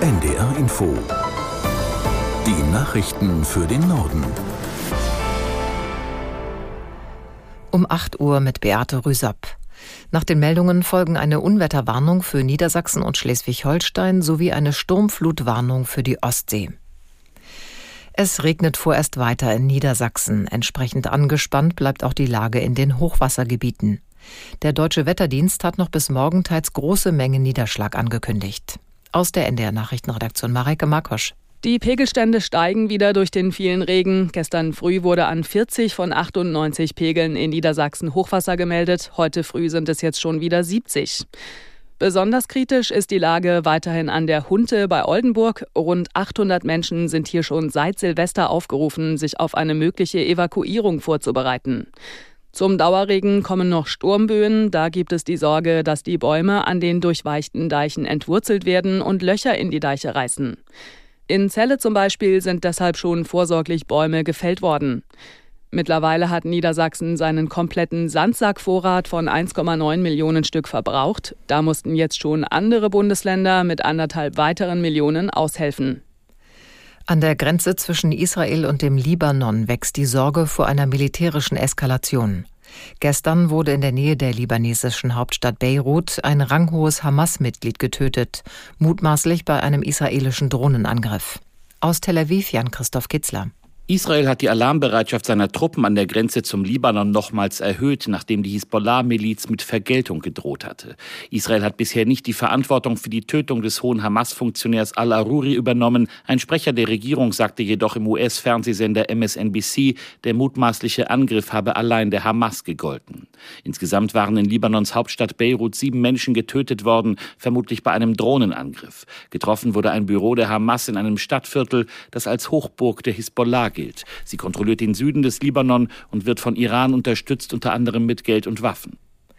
NDR Info. Die Nachrichten für den Norden. Um 8 Uhr mit Beate Rüsapp. Nach den Meldungen folgen eine Unwetterwarnung für Niedersachsen und Schleswig-Holstein sowie eine Sturmflutwarnung für die Ostsee. Es regnet vorerst weiter in Niedersachsen. Entsprechend angespannt bleibt auch die Lage in den Hochwassergebieten. Der Deutsche Wetterdienst hat noch bis morgen teils große Mengen Niederschlag angekündigt. Aus der NDR Nachrichtenredaktion Mareike Markosch. Die Pegelstände steigen wieder durch den vielen Regen. Gestern früh wurde an 40 von 98 Pegeln in Niedersachsen Hochwasser gemeldet. Heute früh sind es jetzt schon wieder 70. Besonders kritisch ist die Lage weiterhin an der Hunte bei Oldenburg. Rund 800 Menschen sind hier schon seit Silvester aufgerufen, sich auf eine mögliche Evakuierung vorzubereiten. Zum Dauerregen kommen noch Sturmböen. Da gibt es die Sorge, dass die Bäume an den durchweichten Deichen entwurzelt werden und Löcher in die Deiche reißen. In Celle zum Beispiel sind deshalb schon vorsorglich Bäume gefällt worden. Mittlerweile hat Niedersachsen seinen kompletten Sandsackvorrat von 1,9 Millionen Stück verbraucht. Da mussten jetzt schon andere Bundesländer mit 1,5 weiteren Millionen aushelfen. An der Grenze zwischen Israel und dem Libanon wächst die Sorge vor einer militärischen Eskalation. Gestern wurde in der Nähe der libanesischen Hauptstadt Beirut ein ranghohes Hamas-Mitglied getötet, mutmaßlich bei einem israelischen Drohnenangriff. Aus Tel Aviv Jan-Christoph Kitzler. Israel hat die Alarmbereitschaft seiner Truppen an der Grenze zum Libanon nochmals erhöht, nachdem die Hisbollah-Miliz mit Vergeltung gedroht hatte. Israel hat bisher nicht die Verantwortung für die Tötung des hohen Hamas-Funktionärs al-Aruri übernommen. Ein Sprecher der Regierung sagte jedoch im US-Fernsehsender MSNBC, der mutmaßliche Angriff habe allein der Hamas gegolten. Insgesamt waren in Libanons Hauptstadt Beirut 7 Menschen getötet worden, vermutlich bei einem Drohnenangriff. Getroffen wurde ein Büro der Hamas in einem Stadtviertel, das als Hochburg der Hisbollah gilt. Sie kontrolliert den Süden des Libanon und wird von Iran unterstützt, unter anderem mit Geld und Waffen.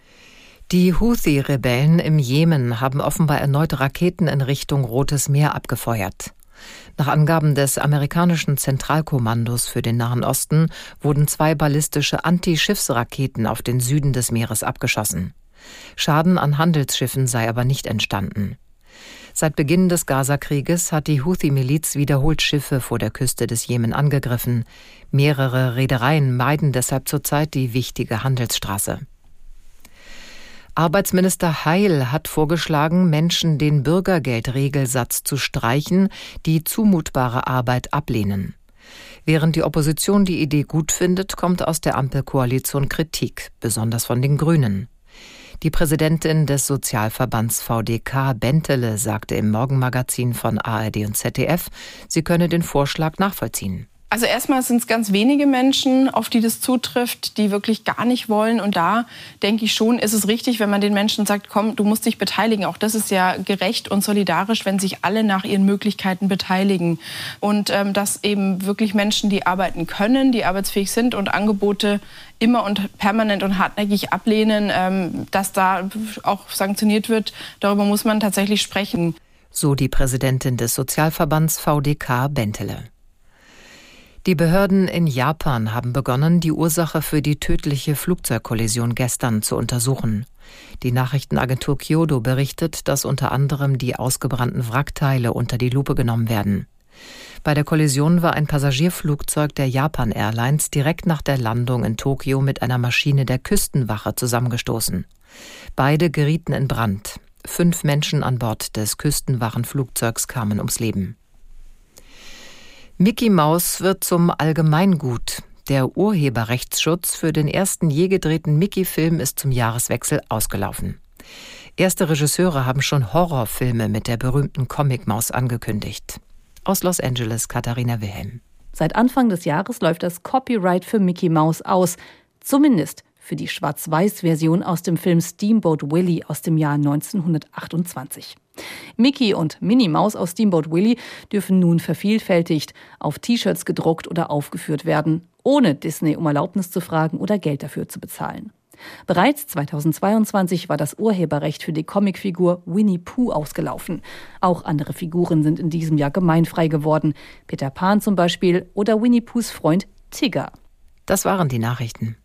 Die Houthi-Rebellen im Jemen haben offenbar erneut Raketen in Richtung Rotes Meer abgefeuert. Nach Angaben des amerikanischen Zentralkommandos für den Nahen Osten wurden 2 ballistische Anti-Schiffsraketen auf den Süden des Meeres abgeschossen. Schaden an Handelsschiffen sei aber nicht entstanden. Seit Beginn des Gaza-Krieges hat die Houthi-Miliz wiederholt Schiffe vor der Küste des Jemen angegriffen. Mehrere Reedereien meiden deshalb zurzeit die wichtige Handelsstraße. Arbeitsminister Heil hat vorgeschlagen, Menschen den Bürgergeldregelsatz zu streichen, die zumutbare Arbeit ablehnen. Während die Opposition die Idee gut findet, kommt aus der Ampelkoalition Kritik, besonders von den Grünen. Die Präsidentin des Sozialverbands VDK, Bentele, sagte im Morgenmagazin von ARD und ZDF, sie könne den Vorschlag nachvollziehen. Also erstmal sind es ganz wenige Menschen, auf die das zutrifft, die wirklich gar nicht wollen. Und da denke ich schon, ist es richtig, wenn man den Menschen sagt, komm, du musst dich beteiligen. Auch das ist ja gerecht und solidarisch, wenn sich alle nach ihren Möglichkeiten beteiligen. Und dass eben wirklich Menschen, die arbeiten können, die arbeitsfähig sind und Angebote immer und permanent und hartnäckig ablehnen, dass da auch sanktioniert wird, darüber muss man tatsächlich sprechen. So die Präsidentin des Sozialverbands VDK, Bentele. Die Behörden in Japan haben begonnen, die Ursache für die tödliche Flugzeugkollision gestern zu untersuchen. Die Nachrichtenagentur Kyodo berichtet, dass unter anderem die ausgebrannten Wrackteile unter die Lupe genommen werden. Bei der Kollision war ein Passagierflugzeug der Japan Airlines direkt nach der Landung in Tokio mit einer Maschine der Küstenwache zusammengestoßen. Beide gerieten in Brand. 5 Menschen an Bord des Küstenwachenflugzeugs kamen ums Leben. Mickey Maus wird zum Allgemeingut. Der Urheberrechtsschutz für den ersten je gedrehten Mickey-Film ist zum Jahreswechsel ausgelaufen. Erste Regisseure haben schon Horrorfilme mit der berühmten Comic-Maus angekündigt. Aus Los Angeles, Katharina Wilhelm. Seit Anfang des Jahres läuft das Copyright für Mickey Maus aus. Zumindest für die Schwarz-Weiß-Version aus dem Film Steamboat Willie aus dem Jahr 1928. Mickey und Minnie Maus aus Steamboat Willie dürfen nun vervielfältigt, auf T-Shirts gedruckt oder aufgeführt werden, ohne Disney um Erlaubnis zu fragen oder Geld dafür zu bezahlen. Bereits 2022 war das Urheberrecht für die Comicfigur Winnie Pooh ausgelaufen. Auch andere Figuren sind in diesem Jahr gemeinfrei geworden. Peter Pan zum Beispiel oder Winnie Poohs Freund Tigger. Das waren die Nachrichten.